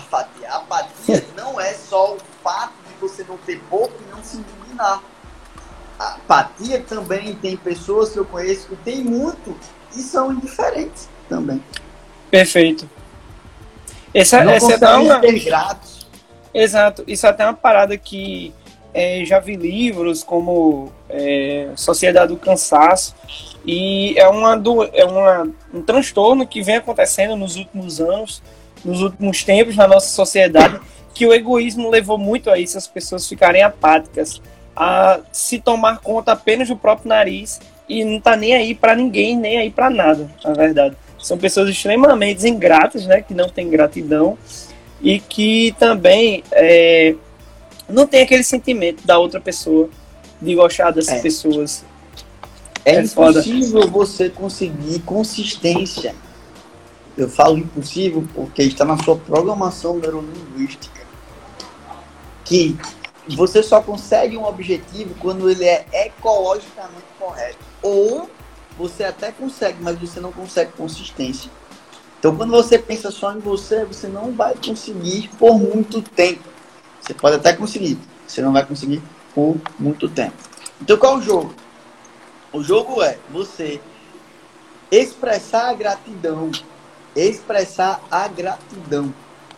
é só o fato de você não ter pouco e não se indignar. A apatia também tem pessoas que eu conheço que tem muito e são indiferentes também. Perfeito. Não conseguem ser gratos. Exato. Isso é até uma parada que já vi livros como Sociedade do Cansaço, e é um transtorno que vem acontecendo nos últimos anos, nos últimos tempos na nossa sociedade, que o egoísmo levou muito a isso, as pessoas ficarem apáticas, a se tomar conta apenas do próprio nariz e não tá nem aí para ninguém, nem aí para nada, na verdade. São pessoas extremamente ingratas, né, que não têm gratidão e que também não tem aquele sentimento da outra pessoa, de gostar dessas pessoas. É impossível você conseguir consistência. Eu falo impossível porque está na sua programação neurolinguística. Que você só consegue um objetivo quando ele é ecologicamente correto. Ou você até consegue, mas você não consegue consistência. Então, quando você pensa só em você, você não vai conseguir por muito tempo. Você pode até conseguir, você não vai conseguir por muito tempo. Então qual é o jogo? O jogo é você expressar a gratidão. Expressar a gratidão.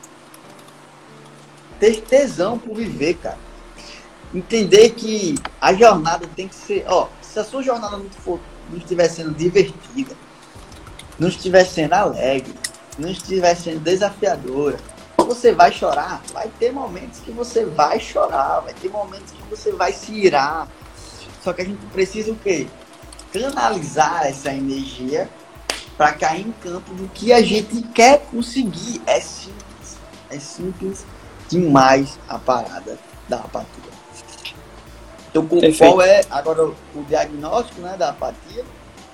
Ter tesão por viver, cara. Entender que a jornada tem que ser... se a sua jornada não estiver sendo divertida, não estiver sendo alegre, não estiver sendo desafiadora, você vai chorar. Vai ter momentos que você vai chorar, vai ter momentos que você vai se irar. Só que a gente precisa o quê? Canalizar essa energia para cair em campo do que a gente quer conseguir. É simples demais a parada da apatia. Então, qual é agora o diagnóstico, né, da apatia?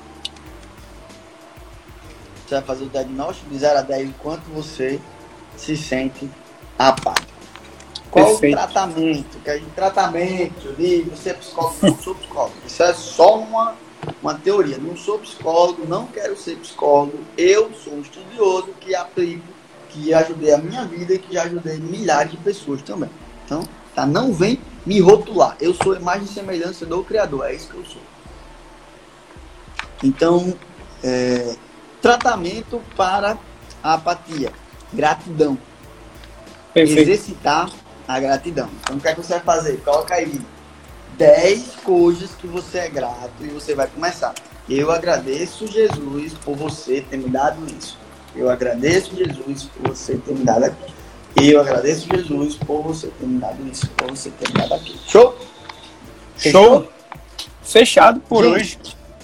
Você vai fazer o diagnóstico de 0 a 10 enquanto você se sente apático. Qual o tratamento? Tratamento, eu digo, você é psicólogo, não sou psicólogo. Isso é só uma teoria. Não sou psicólogo, não quero ser psicólogo. Eu sou um estudioso que aplico, que ajudei a minha vida e que já ajudei milhares de pessoas também. Então, tá? Não vem me rotular. Eu sou imagem e semelhança do Criador. É isso que eu sou. Então, tratamento para a apatia. Gratidão. Perfeito. Exercitar a gratidão. Então, o que é que você vai fazer? Coloca aí 10 coisas que você é grato e você vai começar. Eu agradeço, Jesus, por você ter me dado isso. Eu agradeço, Jesus, por você ter me dado aquilo. Eu agradeço, Jesus, por você ter me dado isso, por você ter me dado aquilo. Show? Show? Fechado por hoje.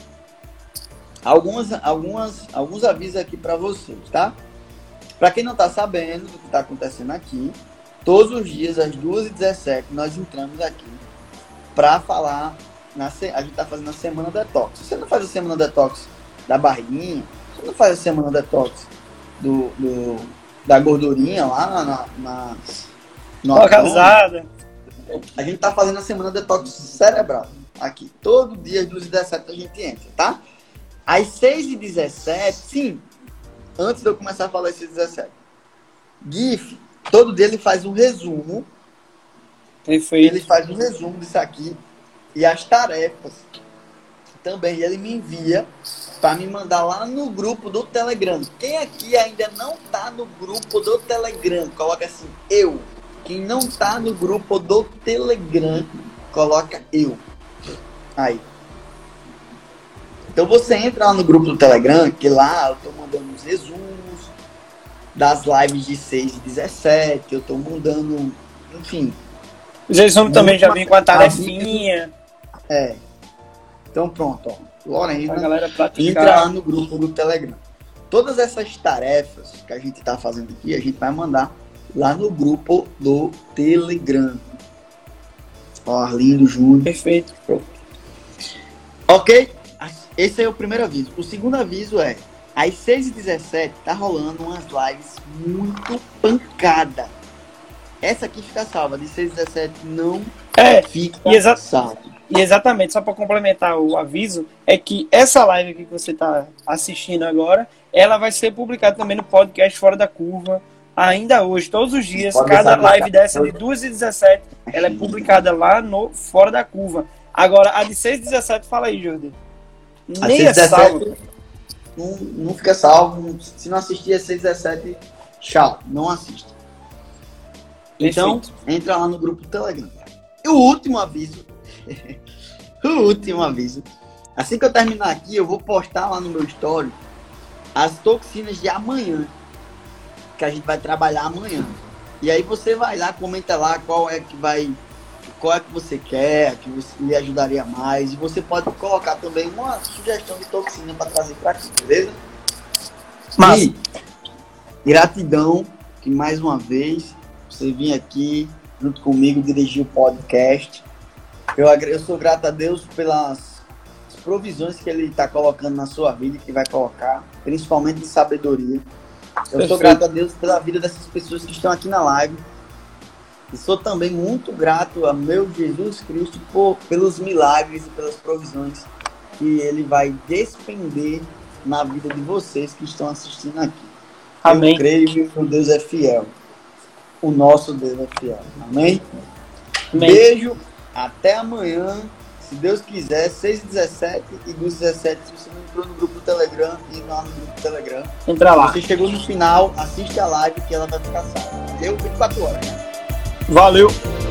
Alguns avisos aqui para vocês, tá? Para quem não está sabendo do que está acontecendo aqui, todos os dias, às 2h17, nós entramos aqui para falar, a gente está fazendo a semana detox. Você não faz a semana detox da barriguinha, você não faz a semana detox da gordurinha lá na casada. A gente está fazendo a semana detox cerebral aqui. Todo dia, às 2h17, a gente entra, tá? Às 6h17, sim, antes de eu começar a falar às 6h17, GIF, todo dia ele faz um resumo. Perfeito. Ele faz um resumo disso aqui e as tarefas também ele me envia para me mandar lá no grupo do Telegram. Quem aqui ainda não tá no grupo do Telegram, coloca assim, eu. Quem não tá no grupo do Telegram, coloca eu. Aí. Então você entra lá no grupo do Telegram, que lá eu tô mandando os resumos das lives de 6h17, eu tô mandando, enfim. Os resumos também já vem com a tarefinha. Então pronto, ó. Lorena, galera entra lá no grupo do Telegram. Todas essas tarefas que a gente tá fazendo aqui, a gente vai mandar lá no grupo do Telegram. Ó, Arlindo Júnior. Perfeito. Ok? Esse é o primeiro aviso. O segundo aviso é, às 6h17 tá rolando umas lives muito pancada. Essa aqui fica salva, de 6h17 não fica salva. E exatamente, só para complementar o aviso, é que essa live aqui que você está assistindo agora, ela vai ser publicada também no podcast Fora da Curva, ainda hoje, todos os dias. Cada live dessa de 2h17, ela é publicada lá no Fora da Curva. Agora, a de 6h17, fala aí, Jordi. Nem é salvo. Não fica salvo. Se não assistir a 6h17, tchau, não assista. Então, entra lá no grupo do Telegram. E o último aviso, assim que eu terminar aqui, eu vou postar lá no meu story as toxinas de amanhã, que a gente vai trabalhar amanhã. E aí você vai lá, comenta lá qual é que você quer, que lhe ajudaria mais. E você pode colocar também uma sugestão de toxina para trazer para aqui, beleza? Mas, e gratidão, que mais uma vez você vir aqui junto comigo dirigir o podcast. Eu sou grato a Deus pelas provisões que Ele está colocando na sua vida e que vai colocar, principalmente de sabedoria. Eu sou grato a Deus pela vida dessas pessoas que estão aqui na live. E sou também muito grato a meu Jesus Cristo pelos milagres e pelas provisões que Ele vai despender na vida de vocês que estão assistindo aqui. Amém. Eu creio que o Deus é fiel. o nosso Deus é fiel. Amém? Amém. Beijo, até amanhã. Se Deus quiser, 6h17 e 2h17, se você não entrou no grupo do Telegram, e lá no grupo do Telegram. Entra lá. Se você chegou no final, assiste a live que ela vai ficar salva. Deu 24 horas, né? Valeu!